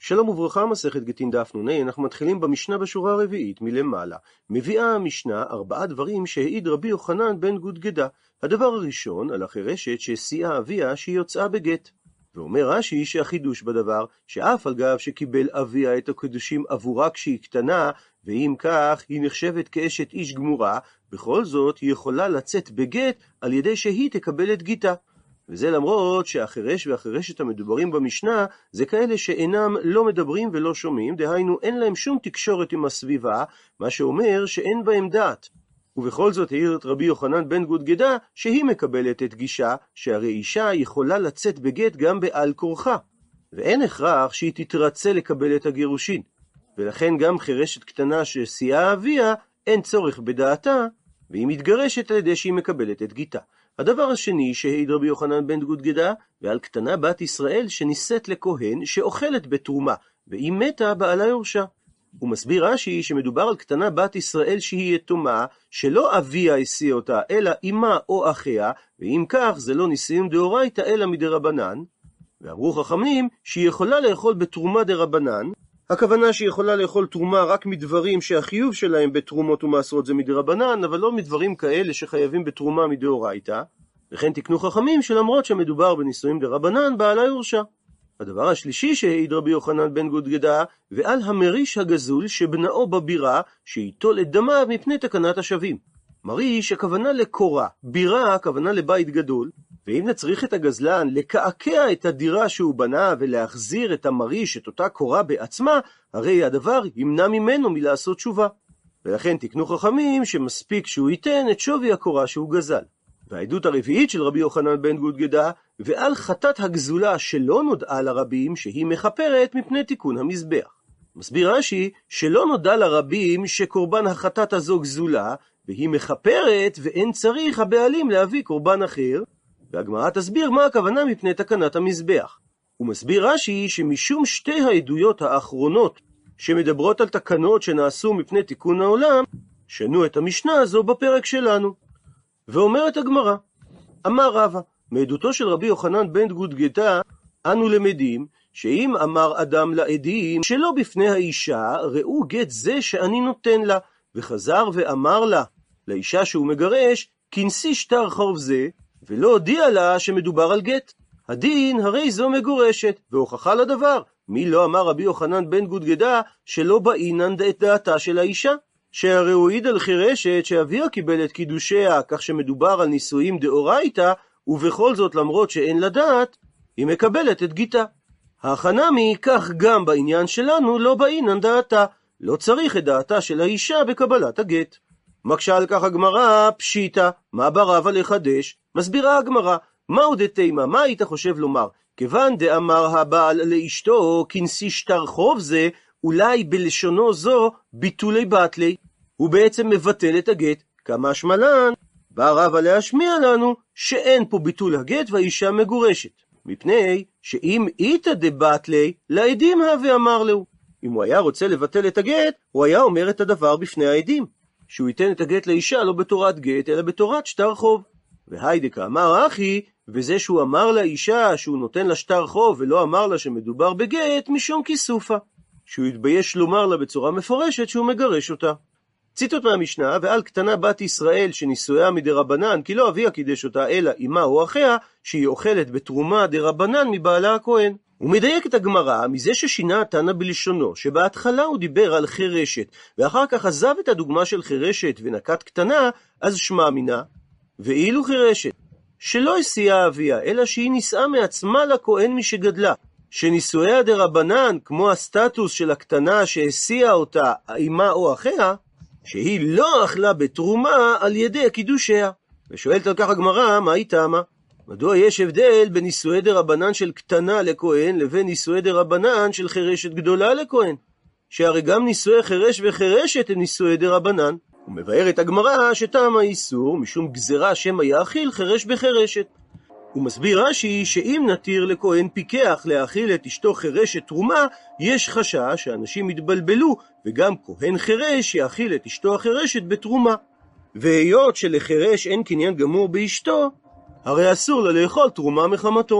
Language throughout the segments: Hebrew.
שלום וברכה, מסכת גיטין דף נ"ה, אנחנו מתחילים במשנה בשורה הרביעית מלמעלה. מביאה המשנה 4 דברים שהעיד רבי יוחנן בן גודגדה. הדבר הראשון, על החירשת שהשיאה אביה שהיא יוצאה בגט. ואומר רש"י שהחידוש בדבר, שאף על גב שקיבל אביה את הקדושים עבורה כשהיא קטנה, ואם כך היא נחשבת כאשת איש גמורה, בכל זאת היא יכולה לצאת בגט על ידי שהיא תקבל את גיתה. וזה למרות שהחירש והחירשת המדוברים במשנה זה כאלה שאינם לא מדברים ולא שומעים, דהיינו אין להם שום תקשורת עם הסביבה, מה שאומר שאין בהם דעת. ובכל זאת העיר את רבי יוחנן בן גודגדה שהיא מקבלת את גישה, שהרי אישה יכולה לצאת בגט גם בעל כורחה, ואין הכרח שהיא תתרצה לקבל את הגירושין, ולכן גם חירשת קטנה ששיאה אביה אין צורך בדעתה, והיא מתגרשת על ידי שהיא מקבלת את גיתה. הדבר השני שהעיד רבי יוחנן בן גודגדה, ועל קטנה בת ישראל שנישאת לכהן שאוכלת בתרומה, והיא מתה בעלה יורשה. הוא מסביר רש"י שמדובר על קטנה בת ישראל שהיא יתומה, שלא אביה השיא אותה, אלא אמה או אחיה, ואם כך זה לא נישואים דאורייתא אלא מדרבנן. ואמרו חכמים שהיא יכולה לאכול בתרומה דרבנן, הכוונה שהיא יכולה לאכול תרומה רק מדברים שהחיוב שלהם בתרומות ומעשרות זה מדרבנן, אבל לא מדברים כאלה שחייבים בתרומה מדאורייתא. וכן תקנו חכמים שלמרות שמדובר בנישואים דרבנן, בעלה יורשה. הדבר השלישי שהעיד רבי יוחנן בן גודגדה, ועל המריש הגזול שבנאו בבירה, שיטול את דמיו מפני תקנת השבים. מריש הכוונה לקורה, בירה הכוונה לבית גדול, ואם נצריך את הגזלן לקעקע את הדירה שהוא בנה ולהחזיר את המריש, את אותה קורה בעצמה, הרי הדבר ימנע ממנו מלעשות תשובה. ולכן תקנו חכמים שמספיק שהוא ייתן את שווי הקורה שהוא גזל. והעדות הרביעית של רבי יוחנן בן גודגדה, ועל חטאת הגזולה שלא נודעה לרבים שהיא מכפרת מפני תיקון המזבח. מסביר רש"י שלא נודע לרבים שקורבן החטאת הזו גזולה, והיא מכפרת ואין צריך הבעלים להביא קורבן אחר, והגמרא תסביר מה הכוונה מפני תקנת המזבח. הוא מסביר רש"י שמשום שתי העדויות האחרונות שמדברות על תקנות שנעשו מפני תיקון העולם, שנו את המשנה הזו בפרק שלנו. ואומרת הגמרא, אמר רבא, מעדותו של רבי יוחנן בן גודגדה אנו למדים שאם אמר אדם לעדים שלא בפני האישה ראו גט זה שאני נותן לה, וחזר ואמר לה לאישה שהוא מגרש כנסי שטר חוב זה, ולא הודיע לה שמדובר על גט, הדין הרי זו מגורשת. והוכחה לדבר, מי לא אמר רבי יוחנן בן גודגדה שלא באינן את דעתה של האישה, שהרי הוא העיד על חירשת שאביה קיבל את קידושיה, כך שמדובר על נישואים דאורייתא, ובכל זאת למרות שאין לה דעת היא מקבלת את גיתה. החנמי כך גם בעניין שלנו לא באינן דעתה, לא צריך את דעתה של האישה בקבלת הגט. מקשה על כך הגמרא, פשיטה, מה בא רבא לחדש? מסבירה הגמרא, מהו דתימה, מה היית חושב לומר? כיוון דאמר הבעל לאשתו כנסי שטר חוב זה, אולי בלשונו זו ביטולי בטלי, הוא בעצם מבטל את הגט. כמה שמלן, בא רבא להשמיע לנו שאין פה ביטול הגט והאישה מגורשת, מפני שאם איתא דבטלי לעדים הווה אמר לו, אם הוא היה רוצה לבטל את הגט הוא היה אומר את הדבר בפני העדים, שהוא ייתן את הגט לאישה לא בתורת גט אלא בתורת שטר חוב. והיידקה אמר אחי, וזה שהוא אמר לאישה שהוא נותן לה שטר חוב ולא אמר לה שמדובר בגט משום כיסופה, שהוא התבייש לומר לה בצורה מפורשת שהוא מגרש אותה. ציטוט מהמשנה, ועל קטנה בת ישראל שנישואיה מדרבנן כי לא אביה קידש אותה אלא אמה או אחיה, שהיא אוכלת בתרומה דרבנן מבעלה הכהן. הוא מדייק את הגמרא מזה ששינה התנא בלשונו, שבהתחלה הוא דיבר על חירשת ואחר כך עזב את הדוגמה של חירשת ונקט קטנה, אז שמע מינה, ואילו חירשת שלא השיאה אביה אלא שהיא נישאה מעצמה לכהן משגדלה, שנישואיה דרבנן כמו הסטטוס של הקטנה שהשיאה אותה אמה או אחיה, שהיא לא אכלה בתרומה על ידי קידושיה. ושואלת על כך הגמרא, מה היא טעמה? מדוע יש הבדל בין נישואי דרבנן של קטנה לכהן לבין נישואי דרבנן של חירשת גדולה לכהן? שהרי גם נישואי חירש וחירשת הם נישואי דרבנן. הוא מבאר את הגמרא שטעם האיסור משום גזרה שמא יאכיל חירש בחירשת. הוא מסביר רש"י שאם נתיר לכהן פיקח להאכיל את אשתו חירשת תרומה, יש חשש שאנשים יתבלבלו וגם כהן חירש יאכיל את אשתו החירשת בתרומה. והיות שלחירש אין קניין גמור באשתו, הרי אסור לה לאכול תרומה מחמתו.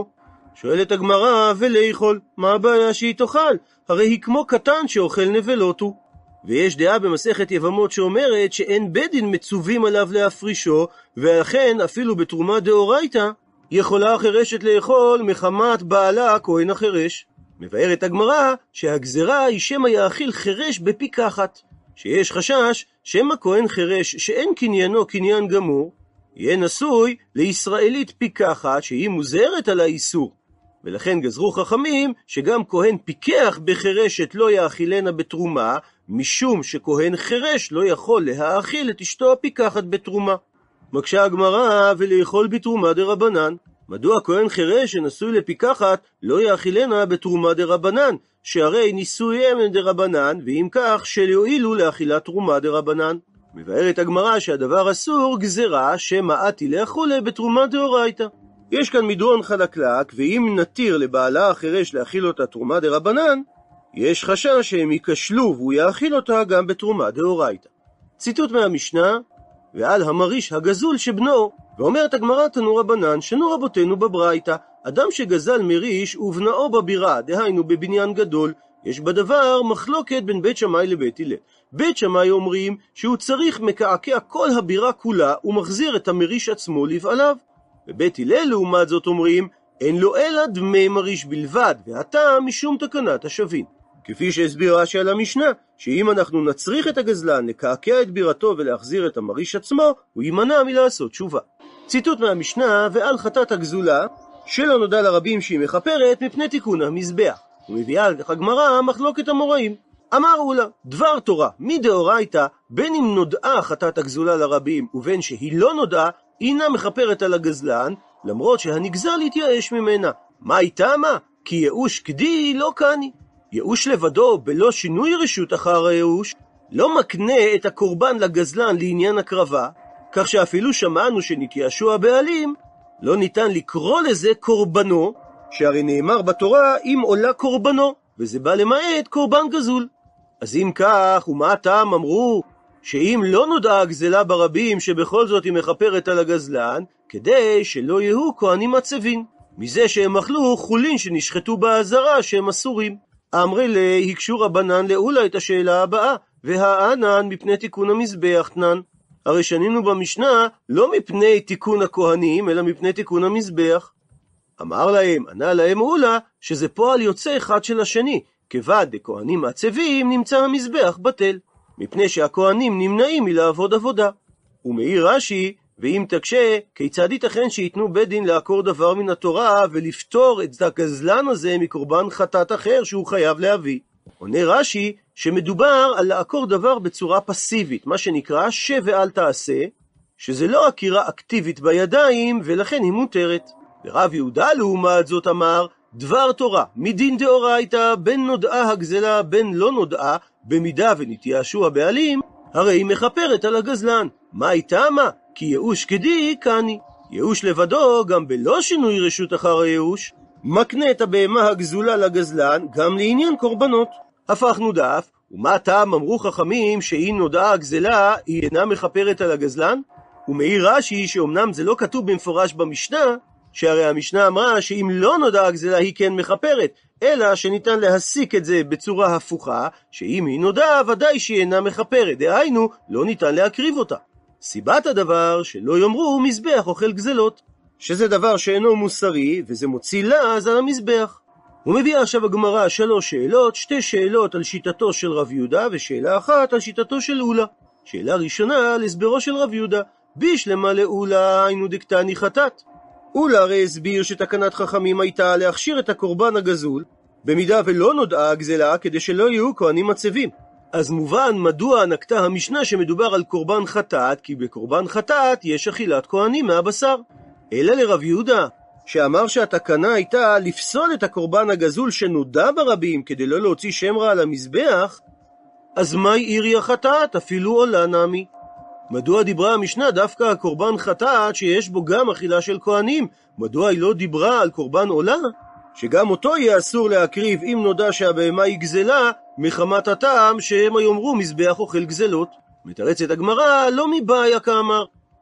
שואלת הגמרא, ולאכול, מה הבעיה שהיא תאכל? הרי היא כמו קטן שאוכל נבלות הוא. ויש דעה במסכת יבמות שאומרת שאין בית דין מצווים עליו להפרישו, ולכן אפילו בתרומה דאורייתא יכולה החירשת לאכול מחמת בעלה הכהן החירש. מבארת הגמרא שהגזרה היא שמא יאכיל חירש בפיקחת, שיש חשש שמא כהן חירש שאין קניינו קניין גמור, יהיה נשוי לישראלית פיקחת שהיא מוזרת על האיסור. ולכן גזרו חכמים שגם כהן פיקח בחירשת לא יאכילנה בתרומה, משום שכהן חירש לא יכול להאכיל את אשתו הפיקחת בתרומה. מקשה הגמרא, ולאכול בתרומה דרבנן. מדוע כהן חירש שנשוי לפיקחת לא יאכילנה בתרומה דרבנן? שהרי נישואיהם הם דרבנן, ואם כך שיועילו לאכילת תרומה דרבנן. מבארת הגמרא שהדבר אסור גזרה שמעתי לאכולה בתרומה דאורייתא. יש כאן מדרון חלקלק, ואם נתיר לבעלה החירש להאכיל אותה תרומה דרבנן, יש חשש שהם ייכשלו והוא יאכיל אותה גם בתרומה דאורייתא. ציטוט מהמשנה, ועל המריש הגזול שבנו, ואומרת הגמרא תנו רבנן שנו רבותינו בברייתא, אדם שגזל מריש ובנאו בבירה, דהיינו בבניין גדול, יש בדבר מחלוקת בין בית שמאי לבית הלל. בית שמאי אומרים שהוא צריך מקעקע כל הבירה כולה ומחזיר את המריש עצמו לבעליו. בבית הלל לעומת זאת אומרים אין לו אלא דמי מריש בלבד, והטעם משום תקנת השווין. כפי שהסביר רש"י על המשנה, שאם אנחנו נצריך את הגזלן לקעקע את בירתו ולהחזיר את המריש עצמו, הוא יימנע מלעשות תשובה. ציטוט מהמשנה, ועל חטאת הגזולה, שלא נודע לרבים שהיא מכפרת מפני תיקון המזבח. ומביאה על כך הגמרא מחלוקת המוראים. אמר אולה, דבר תורה, מדאורייתא, בין אם נודעה חטאת הגזולה לרבים ובין שהיא לא נודעה, אינה מכפרת על הגזלן, למרות שהנגזל התייאש ממנה. מה איתה מה? כי ייאוש כדי לא קני. ייאוש לבדו בלא שינוי רשות אחר הייאוש, לא מקנה את הקורבן לגזלן לעניין הקרבה, כך שאפילו שמענו שנתייאשו הבעלים, לא ניתן לקרוא לזה קורבנו, שהרי נאמר בתורה אם עולה קורבנו, וזה בא למעט קורבן גזול. אז אם כך, ומה הטעם אמרו שאם לא נודעה הגזלה ברבים שבכל זאת היא מכפרת על הגזלן, כדי שלא יהיו כהנים מצבים, מזה שהם אכלו חולין שנשחטו בעזרה שהם אסורים. אמרי לי, הקשו רבנן לאולה את השאלה הבאה, והענן מפני תיקון המזבח תנן. הרי שנינו במשנה לא מפני תיקון הכהנים, אלא מפני תיקון המזבח. אמר להם, ענה להם אולה, שזה פועל יוצא אחד של השני, כבד דכהנים מעצבים נמצא המזבח בטל, מפני שהכהנים נמנעים מלעבוד עבודה. ומעיר רש"י, ואם תקשה, כיצד ייתכן שיתנו בית דין לעקור דבר מן התורה ולפטור את הגזלן הזה מקורבן חטאת אחר שהוא חייב להביא? עונה רש"י שמדובר על לעקור דבר בצורה פסיבית, מה שנקרא ואל תעשה, שזה לא עקירה אקטיבית בידיים ולכן היא מותרת. ורב יהודה לעומת זאת אמר, דבר תורה, מדין דאורייתא, בין נודעה הגזלה בין לא נודעה, במידה ונתייאשו הבעלים, הרי היא מכפרת על הגזלן. מה איתה מה? כי ייאוש כדי קני. ייאוש לבדו, גם בלא שינוי רשות אחר הייאוש, מקנה את הבהמה הגזולה לגזלן גם לעניין קורבנות. הפכנו דף, ומה הטעם אמרו חכמים שאם נודעה הגזלה היא אינה מכפרת על הגזלן? ומעיר רש"י שאומנם זה לא כתוב במפורש במשנה, שהרי המשנה אמרה שאם לא נודעה הגזלה היא כן מכפרת, אלא שניתן להסיק את זה בצורה הפוכה, שאם היא נודעה ודאי שהיא אינה מכפרת, דהיינו לא ניתן להקריב אותה. סיבת הדבר שלא יאמרו מזבח אוכל גזלות, שזה דבר שאינו מוסרי וזה מוציא לעז על המזבח. הוא מביא עכשיו הגמרא 3 שאלות, 2 שאלות על שיטתו של רב יהודה ושאלה אחת על שיטתו של אולה. שאלה ראשונה על הסברו של רב יהודה, בישלמה לאולה היינו דקתני חטאת. אולה הרי הסביר שתקנת חכמים הייתה להכשיר את הקורבן הגזול במידה ולא נודעה הגזלה כדי שלא יהיו כהנים מצבים. אז מובן מדוע נקטה המשנה שמדובר על קורבן חטאת, כי בקורבן חטאת יש אכילת כהנים מהבשר. אלא לרב יהודה שאמר שהתקנה הייתה לפסול את הקורבן הגזול שנודע ברבים כדי לא להוציא שם רע על המזבח, אז מהי עירי החטאת אפילו עולה נמי? מדוע דיברה המשנה דווקא על קורבן חטאת שיש בו גם אכילה של כהנים? מדוע היא לא דיברה על קורבן עולה, שגם אותו יהיה אסור להקריב אם נודע שהבהמה היא גזלה, מחמת הטעם שהם יאמרו מזבח אוכל גזלות? מתרצת הגמרא לא מבעיה כאמר.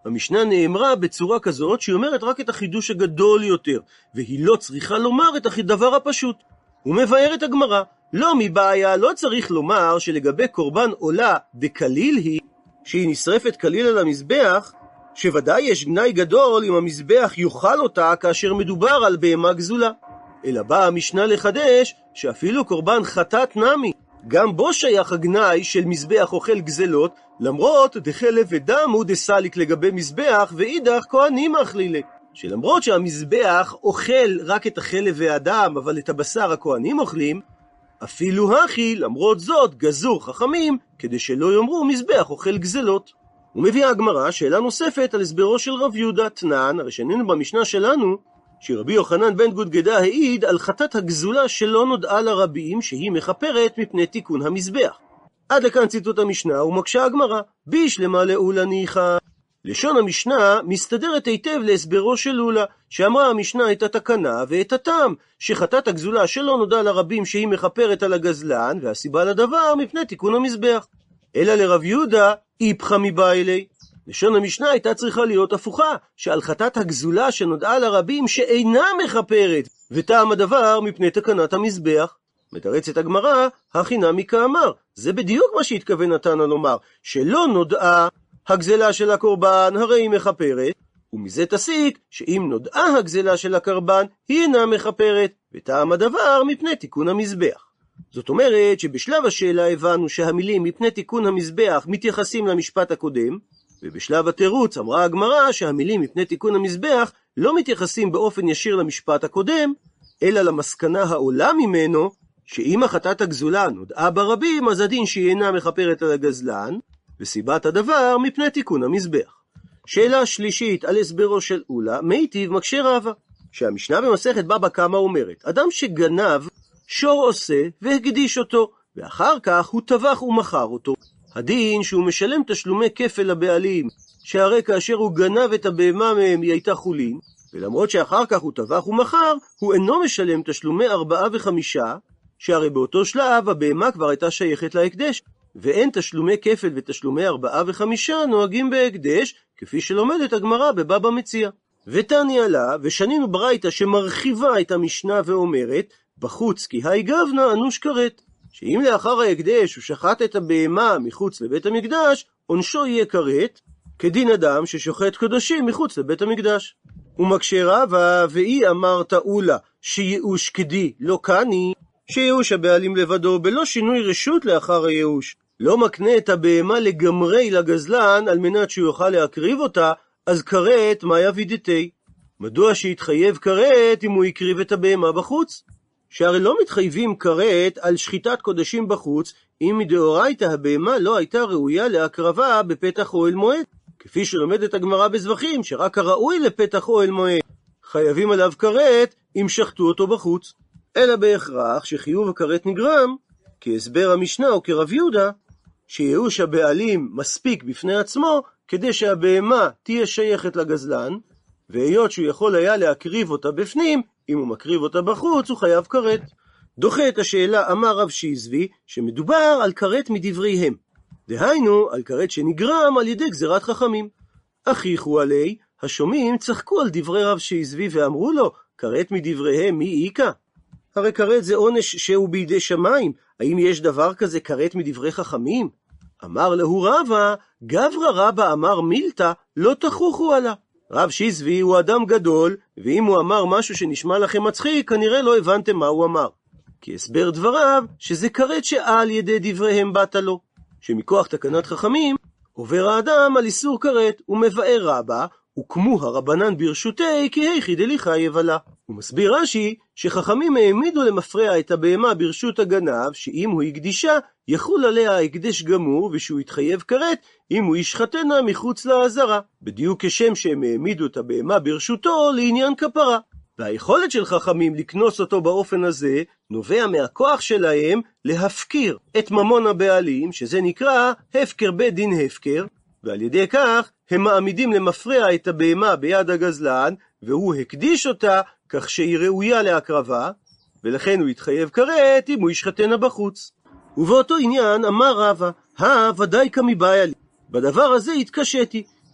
המשנה נאמרה בצורה כזאת שהיא אומרת רק את החידוש הגדול יותר, והיא לא צריכה לומר את הדבר הפשוט. הוא מבאר את הגמרא, לא מבעיה, לא צריך לומר שלגבי קורבן עולה דקליל היא, שהיא נשרפת כליל על המזבח, שוודאי יש גנאי גדול אם המזבח יאכל אותה כאשר מדובר על בהמה גזולה. אלא באה המשנה לחדש שאפילו קורבן חטאת נמי, גם בו שייך הגנאי של מזבח אוכל גזלות, למרות דחלב ודם הוא דסליק לגבי מזבח ואידך כהנים אכלילי, שלמרות שהמזבח אוכל רק את החלב והדם, אבל את הבשר הכהנים אוכלים, אפילו הכי, למרות זאת, גזור חכמים, כדי שלא יאמרו מזבח אוכל גזלות. ומביאה הגמרא שאלה נוספת על הסברו של רב יהודה תנן, הרי שנינו במשנה שלנו, שרבי יוחנן בן גודגדה העיד על חטאת הגזולה שלא נודעה לרבים, שהיא מכפרת מפני תיקון המזבח. עד לכאן ציטוט המשנה, ומקשה הגמרא, בישלמה לאולה ניחא. לשון המשנה מסתדרת היטב להסברו של לולה, שאמרה המשנה את התקנה ואת הטעם, שחטאת הגזולה שלא נודע לרבים שהיא מכפרת על הגזלן, והסיבה לדבר מפני תיקון המזבח. אלא לרב יהודה איפכא מבעילי. לשון המשנה הייתה צריכה להיות הפוכה, שעל חטאת הגזולה שנודעה לרבים שאינה מכפרת, וטעם הדבר מפני תקנת המזבח. מתרצת הגמרא, הכי נמי כאמר, זה בדיוק מה שהתכוון התנא לומר, שלא נודעה הגזלה של הקורבן הרי היא מכפרת, ומזה תסיק שאם נודעה הגזלה של הקורבן היא אינה מכפרת, וטעם הדבר מפני תיקון המזבח. זאת אומרת שבשלב השאלה הבנו שהמילים מפני תיקון המזבח מתייחסים למשפט הקודם, ובשלב התירוץ אמרה הגמרא שהמילים מפני תיקון המזבח לא מתייחסים באופן ישיר למשפט הקודם, אלא למסקנה העולה ממנו, שאם החטאת הגזולה נודעה ברבים, אז הדין שהיא אינה מכפרת על הגזלן, וסיבת הדבר מפני תיקון המזבח. שאלה שלישית על הסברו של אולה, מיטיב מקשה רבא, שהמשנה במסכת בבא קמא אומרת, אדם שגנב שור עושה והקדיש אותו, ואחר כך הוא טבח ומכר אותו. הדין שהוא משלם תשלומי כפל לבעלים, שהרי כאשר הוא גנב את הבהמה מהם היא הייתה חולין, ולמרות שאחר כך הוא טבח ומכר, הוא אינו משלם תשלומי 4 ו5, שהרי באותו שלב הבהמה כבר הייתה שייכת להקדש, ואין תשלומי כפל ותשלומי 4 ו5 נוהגים בהקדש, כפי שלומדת הגמרא בבבא מציעא. ותניא לה, ושנינו ברייתא שמרחיבה את המשנה ואומרת, בחוץ כי היי גבנה אנוש כרת, שאם לאחר ההקדש הוא שחט את הבהמה מחוץ לבית המקדש, עונשו יהיה כרת, כדין אדם ששוחט קודשים מחוץ לבית המקדש. ומקשה רבא, ואי אמרת אולה שייאוש כדי לא קני, שייאוש הבעלים לבדו בלא שינוי רשות לאחר הייאוש, לא מקנה את הבהמה לגמרי לגזלן על מנת שהוא יוכל להקריב אותה, אז כרת מה יבידתי? מדוע שיתחייב כרת אם הוא יקריב את הבהמה בחוץ? שהרי לא מתחייבים כרת על שחיטת קודשים בחוץ, אם מדאורייתא הבהמה לא הייתה ראויה להקרבה בפתח אוהל מועד, כפי שלומדת הגמרא בזבחים, שרק הראוי לפתח אוהל מועד חייבים עליו כרת אם שחטו אותו בחוץ. אלא בהכרח שחיוב הכרת נגרם, כהסבר המשנה או כרב יהודה, שייאוש הבעלים מספיק בפני עצמו, כדי שהבהמה תהיה שייכת לגזלן, והיות שהוא יכול היה להקריב אותה בפנים, אם הוא מקריב אותה בחוץ הוא חייב כרת. דוחה את השאלה אמר רב שיזבי, שמדובר על כרת מדבריהם, דהיינו על כרת שנגרם על ידי גזירת חכמים. אחיכו עלי, השומעים צחקו על דברי רב שיזבי ואמרו לו, כרת מדבריהם מי איקה? הרי כרת זה עונש שהוא בידי שמיים, האם יש דבר כזה כרת מדברי חכמים? אמר להו רבא, גברא רבא אמר מילתא, לא תחוכו עלה. רב שיזבי הוא אדם גדול, ואם הוא אמר משהו שנשמע לכם מצחיק, כנראה לא הבנתם מה הוא אמר. כי הסבר דבריו, שזה כרת שעל ידי דבריהם באת לו, שמכוח תקנת חכמים, עובר האדם על איסור כרת, ומבאר רבא, וכמו הרבנן ברשותי, כי היכי דליחייב עלה. הוא מסביר רש"י, שחכמים העמידו למפרע את הבהמה ברשות הגנב, שאם הוא הקדישה, יחול עליה ההקדש גמור, ושהוא יתחייב כרת, אם הוא ישחטנה מחוץ לעזרה, בדיוק כשם שהם העמידו את הבהמה ברשותו לעניין כפרה. והיכולת של חכמים לקנוס אותו באופן הזה, נובע מהכוח שלהם להפקיר את ממון הבעלים, שזה נקרא הפקר בית דין הפקר, ועל ידי כך הם מעמידים למפרע את הבהמה ביד הגזלן, והוא הקדיש אותה כך שהיא ראויה להקרבה, ולכן הוא יתחייב כרת אם הוא ישחטנה בחוץ. ובאותו עניין אמר רבא, ודאי כמיבעיה לי, בדבר הזה התקשיתי,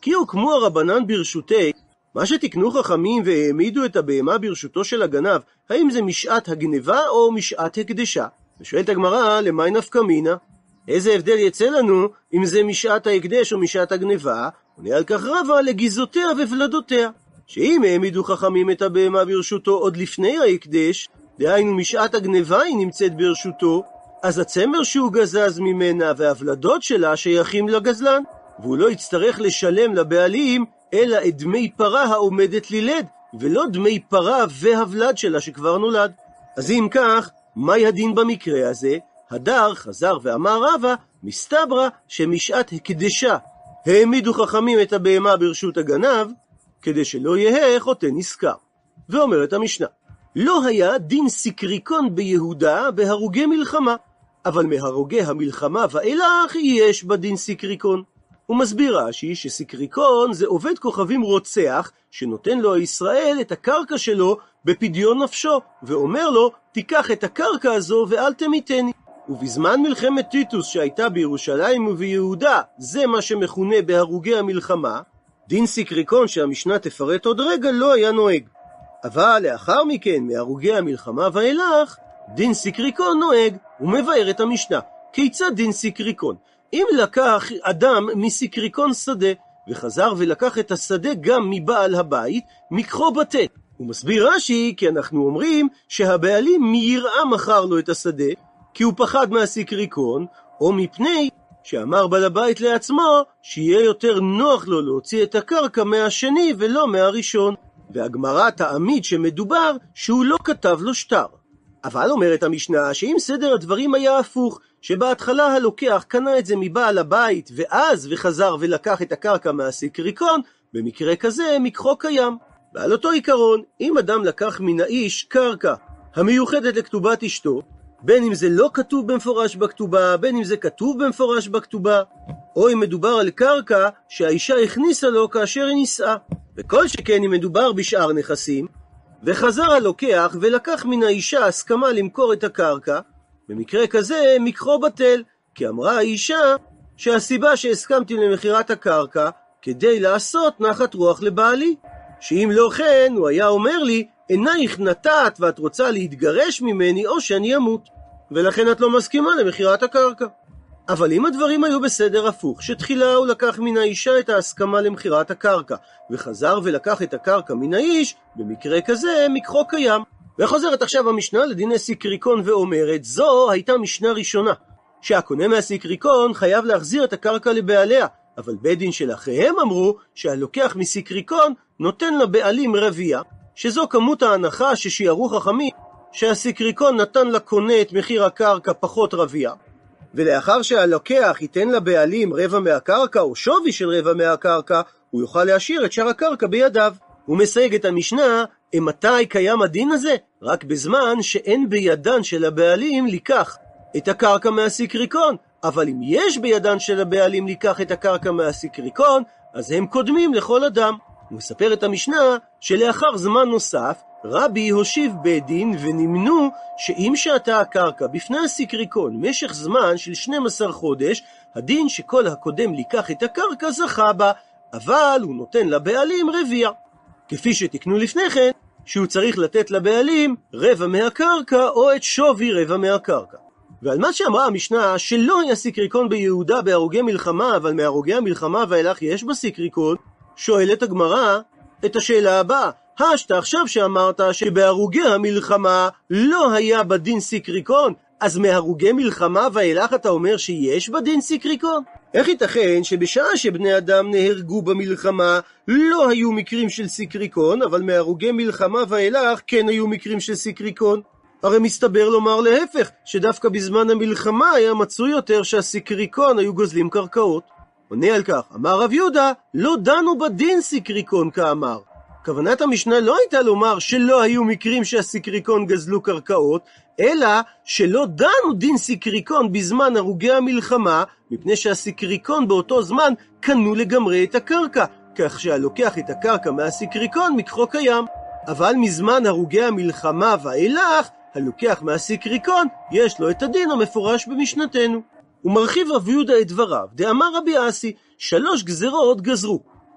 כי הוקמו הרבנן ברשותי, מה שתקנו חכמים והעמידו את הבהמה ברשותו של הגנב, האם זה משעת הגנבה או משעת הקדשה? ושואלת הגמרא, למאי נפקא מינה? איזה הבדל יצא לנו אם זה משעת ההקדש או משעת הגנבה? עונה על כך רבא, לגיזותיה וולדותיה. שאם העמידו חכמים את הבהמה ברשותו עוד לפני ההקדש, דהיינו משעת הגנבה היא נמצאת ברשותו, אז הצמר שהוא גזז ממנה והוולדות שלה שייכים לגזלן, והוא לא יצטרך לשלם לבעלים אלא את דמי פרה העומדת לילד, ולא דמי פרה והוולד שלה שכבר נולד. אז אם כך, מהי הדין במקרה הזה? הדר חזר ואמר רבא, מסתברא שמשעת הקדשה העמידו חכמים את הבהמה ברשות הגנב, כדי שלא יהיה חוטא נשכר. ואומרת המשנה, לא היה דין סיקריקון ביהודה בהרוגי מלחמה, אבל מהרוגי המלחמה ואילך יש בדין סיקריקון. הוא מסביר רש"י שסיקריקון זה עובד כוכבים רוצח, שנותן לו ישראל את הקרקע שלו בפדיון נפשו, ואומר לו, תיקח את הקרקע הזו ואל תמיתני. ובזמן מלחמת טיטוס שהייתה בירושלים וביהודה, זה מה שמכונה בהרוגי המלחמה, דין סיקריקון שהמשנה תפרט עוד רגע לא היה נוהג. אבל לאחר מכן, מהרוגי המלחמה ואילך, דין סיקריקון נוהג. הוא מבאר את המשנה. כיצד דין סיקריקון? אם לקח אדם מסיקריקון שדה, וחזר ולקח את השדה גם מבעל הבית, מקחו בטל. הוא מסביר רש"י, כי אנחנו אומרים שהבעלים מיראה מכר לו את השדה, כי הוא פחד מהסיקריקון, או מפני שאמר בעל הבית לעצמו, שיהיה יותר נוח לו להוציא את הקרקע מהשני ולא מהראשון. והגמרא תעמיד שמדובר שהוא לא כתב לו שטר. אבל אומרת המשנה שאם סדר הדברים היה הפוך, שבהתחלה הלוקח קנה את זה מבעל הבית ואז וחזר ולקח את הקרקע מהסיקריקון, במקרה כזה מקחו קיים. ועל אותו עיקרון, אם אדם לקח מן האיש קרקע המיוחדת לכתובת אשתו, בין אם זה לא כתוב במפורש בכתובה, בין אם זה כתוב במפורש בכתובה, או אם מדובר על קרקע שהאישה הכניסה לו כאשר היא נישאה, וכל שכן אם מדובר בשאר נכסים, וחזר הלוקח ולקח מן האישה הסכמה למכור את הקרקע, במקרה כזה מקחו בטל, כי אמרה האישה שהסיבה שהסכמתי למכירת הקרקע כדי לעשות נחת רוח לבעלי, שאם לא כן הוא היה אומר לי, עינייך נטעת ואת רוצה להתגרש ממני או שאני אמות, ולכן את לא מסכימה למכירת הקרקע. אבל אם הדברים היו בסדר הפוך, שתחילה הוא לקח מן האישה את ההסכמה למכירת הקרקע, וחזר ולקח את הקרקע מן האיש, במקרה כזה מקחו קיים. וחוזרת עכשיו המשנה לדיני סיקריקון ואומרת, זו הייתה משנה ראשונה, שהקונה מהסיקריקון חייב להחזיר את הקרקע לבעליה, אבל בית דין של אחיהם אמרו שהלוקח מסיקריקון נותן לבעלים רבייה, שזו כמות ההנחה ששיערו חכמים, שהסיקריקון נתן לקונה את מחיר הקרקע פחות רבייה, ולאחר שהלוקח ייתן לבעלים רבע מהקרקע או שווי של רבע מהקרקע, הוא יוכל להשאיר את שאר הקרקע בידיו. הוא מסייג את המשנה, מתי קיים הדין הזה? רק בזמן שאין בידן של הבעלים לקח את הקרקע מהסיקריקון, אבל אם יש בידן של הבעלים לקח את הקרקע מהסיקריקון, אז הם קודמים לכל אדם. הוא מספר את המשנה שלאחר זמן נוסף, רבי הושיב בית דין ונמנו שאם שעתה הקרקע בפני הסיקריקון משך זמן של 12 חודש, הדין שכל הקודם לקח את הקרקע זכה בה, אבל הוא נותן לבעלים רביע. כפי שתקנו לפני כן, שהוא צריך לתת לבעלים רבע מהקרקע או את שווי רבע מהקרקע. ועל מה שאמרה המשנה שלא היה סיקריקון ביהודה בהרוגי מלחמה, אבל מהרוגי המלחמה ואילך יש בסיקריקון, שואלת הגמרא את השאלה הבאה, השתה עכשיו שאמרת שבהרוגי המלחמה לא היה בדין סיקריקון, אז מהרוגי מלחמה ואילך אתה אומר שיש בדין סיקריקון? איך ייתכן שבשעה שבני אדם נהרגו במלחמה לא היו מקרים של סיקריקון, אבל מהרוגי מלחמה ואילך כן היו מקרים של סיקריקון? הרי מסתבר לומר להפך, שדווקא בזמן המלחמה היה מצוי יותר שהסיקריקון היו גוזלים קרקעות. עונה על כך, אמר רב יהודה, לא דנו בדין סיקריקון כאמר. כוונת המשנה לא הייתה לומר שלא היו מקרים שהסיקריקון גזלו קרקעות, אלא שלא דנו דין סיקריקון בזמן הרוגי המלחמה, מפני שהסיקריקון באותו זמן קנו לגמרי את הקרקע, כך שהלוקח את הקרקע מהסיקריקון מקחו קיים. אבל מזמן הרוגי המלחמה ואילך, הלוקח מהסיקריקון יש לו את הדין המפורש במשנתנו. הוא מרחיב רב יהודה את דבריו, דאמר רבי אסי, 3 גזרות גזרו.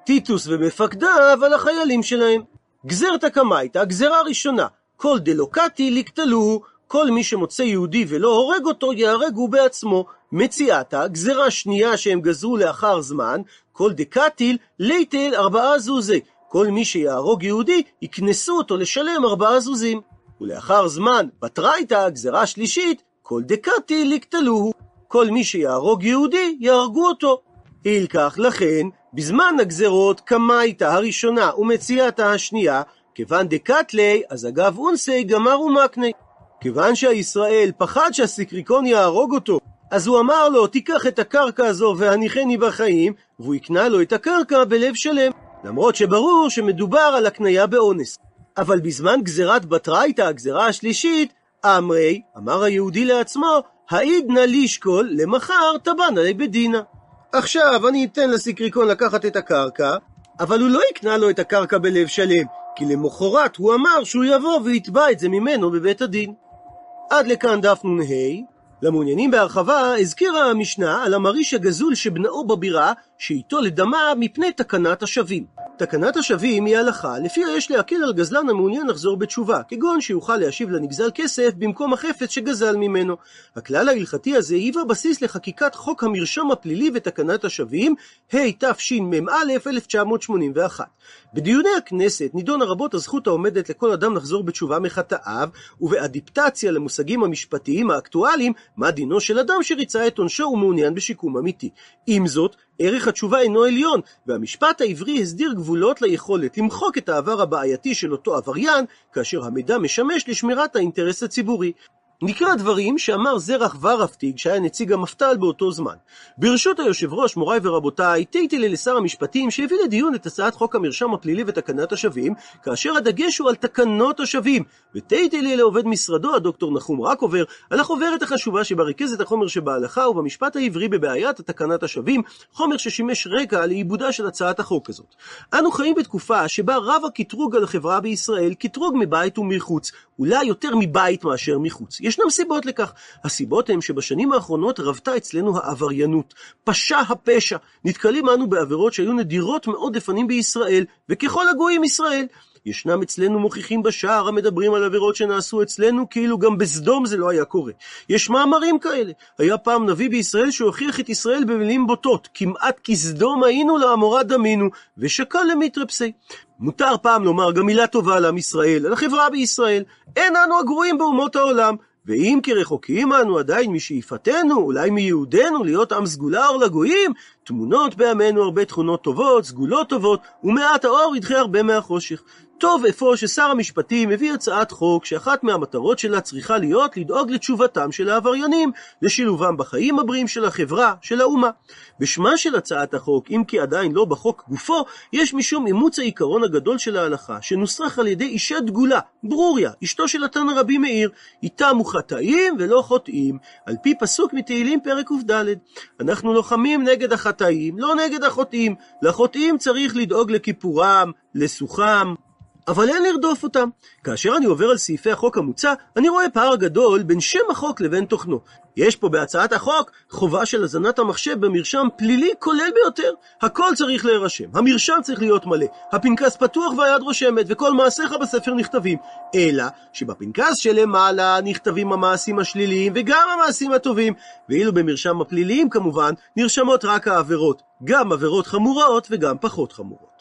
טיטוס ומפקדיו על החיילים שלהם. גזרתא קמייתא, גזרה ראשונה, כל דלוקתי לקטלוהו, כל מי שמוצא יהודי ולא הורג אותו יהרג הוא בעצמו. מציאתא, גזרה שנייה שהם גזרו לאחר זמן, כל דקטיל ליטל 4 זוזי, כל מי שיהרוג יהודי יקנסו אותו לשלם 4 זוזים. ולאחר זמן, בתרייתא, גזרה שלישית, כל דקטיל לקטלוהו, כל מי שיהרוג יהודי יהרגו אותו. אילכך, לכן בזמן הגזרות קמייתא הראשונה ומציאתא השנייה, כיוון דקטלי, אז אגב אונסי גמר ומקני. כיוון שהישראל פחד שהסיקריקון יהרוג אותו, אז הוא אמר לו, תיקח את הקרקע הזו והניחני בחיים, והוא יקנה לו את הקרקע בלב שלם, למרות שברור שמדובר על הקניה באונס. אבל בזמן גזרת בתרייתא, הגזרה השלישית, אמרי, אמר היהודי לעצמו, העידנא לישקול למחר טבענא לי בדינא. עכשיו אני אתן לסיקריקון לקחת את הקרקע, אבל הוא לא יקנה לו את הקרקע בלב שלם, כי למחרת הוא אמר שהוא יבוא ויתבע את זה ממנו בבית הדין. עד לכאן דף נ"ה. למעוניינים בהרחבה הזכירה המשנה על המריש הגזול שבנאו בבירה שאיתו לדמה מפני תקנת השבים. תקנת השבים היא הלכה לפיה יש להקל על גזלן המעוניין לחזור בתשובה, כגון שיוכל להשיב לנגזל כסף במקום החפץ שגזל ממנו. הכלל ההלכתי הזה היווה בסיס לחקיקת חוק המרשם הפלילי ותקנת השבים, התשמ"א 1981. בדיוני הכנסת נידונה רבות הזכות העומדת לכל אדם לחזור בתשובה מחטאיו, ובאדיפטציה למושגים המשפטיים האקטואליים, מה דינו של אדם שריצה את עונשו ומעוניין בשיקום אמיתי. עם זאת, ערך התשובה אינו עליון, והמשפט העברי הסדיר גבולות ליכולת למחוק את העבר הבעייתי של אותו עבריין, כאשר המידע משמש לשמירת האינטרס הציבורי. נקרא דברים שאמר זרח ורפטיג, שהיה נציג המפת"ל באותו זמן. ברשות היושב ראש, מוריי ורבותיי, תהיתי לשר המשפטים שהביא לדיון את הצעת חוק המרשם הפלילי ותקנת השבים, כאשר הדגש הוא על תקנות השבים, ותהיתי לי לעובד משרדו, הדוקטור נחום רקובר, על החוברת החשובה שבה ריכז את החומר שבהלכה ובמשפט העברי בבעיית תקנת השבים, חומר ששימש רקע לעיבודה של הצעת החוק הזאת. אנו חיים בתקופה שבה רב הקטרוג על החברה בישראל, קטרוג מבית ומחוץ, אולי יותר מבית מאשר מחוץ. ישנם סיבות לכך. הסיבות הן שבשנים האחרונות רבתה אצלנו העבריינות. פשע הפשע. נתקלים אנו בעבירות שהיו נדירות מאוד לפנים בישראל, וככל הגויים ישראל. ישנם אצלנו מוכיחים בשער המדברים על עבירות שנעשו אצלנו, כאילו גם בסדום זה לא היה קורה. יש מאמרים כאלה. היה פעם נביא בישראל שהוכיח את ישראל במילים בוטות, כמעט כסדום היינו לעמורה דמינו, ושקל למיטרפסי. מותר פעם לומר גם מילה טובה על עם ישראל, על החברה בישראל. אין אנו הגרועים באומות העולם. ואם כי רחוקים אנו עדיין משאיפתנו, אולי מיהודנו, להיות עם סגולה אור לגויים, תמונות בעמנו הרבה תכונות טובות, סגולות טובות, ומעט האור ידחה הרבה מהחושך. טוב אפוא ששר המשפטים מביא הצעת חוק שאחת מהמטרות שלה צריכה להיות לדאוג לתשובתם של העבריינים, לשילובם בחיים הבריאים של החברה, של האומה. בשמה של הצעת החוק, אם כי עדיין לא בחוק גופו, יש משום אימוץ העיקרון הגדול של ההלכה, שנוסח על ידי אישה דגולה, ברוריה, אשתו של התנא רבי מאיר, איתם חטאים ולא חוטאים, על פי פסוק מתהילים פרק ק"ד. אנחנו לוחמים נגד החטאים, לא נגד החוטאים. לחוטאים צריך לדאוג לכיפורם, לסוחם, אבל אין לרדוף אותם. כאשר אני עובר על סעיפי החוק המוצע, אני רואה פער גדול בין שם החוק לבין תוכנו. יש פה בהצעת החוק חובה של הזנת המחשב במרשם פלילי כולל ביותר. הכל צריך להירשם, המרשם צריך להיות מלא, הפנקס פתוח והיד רושמת, וכל מעשיך בספר נכתבים. אלא שבפנקס שלמעלה נכתבים המעשים השליליים וגם המעשים הטובים, ואילו במרשם הפליליים כמובן נרשמות רק העבירות, גם עבירות חמורות וגם פחות חמורות.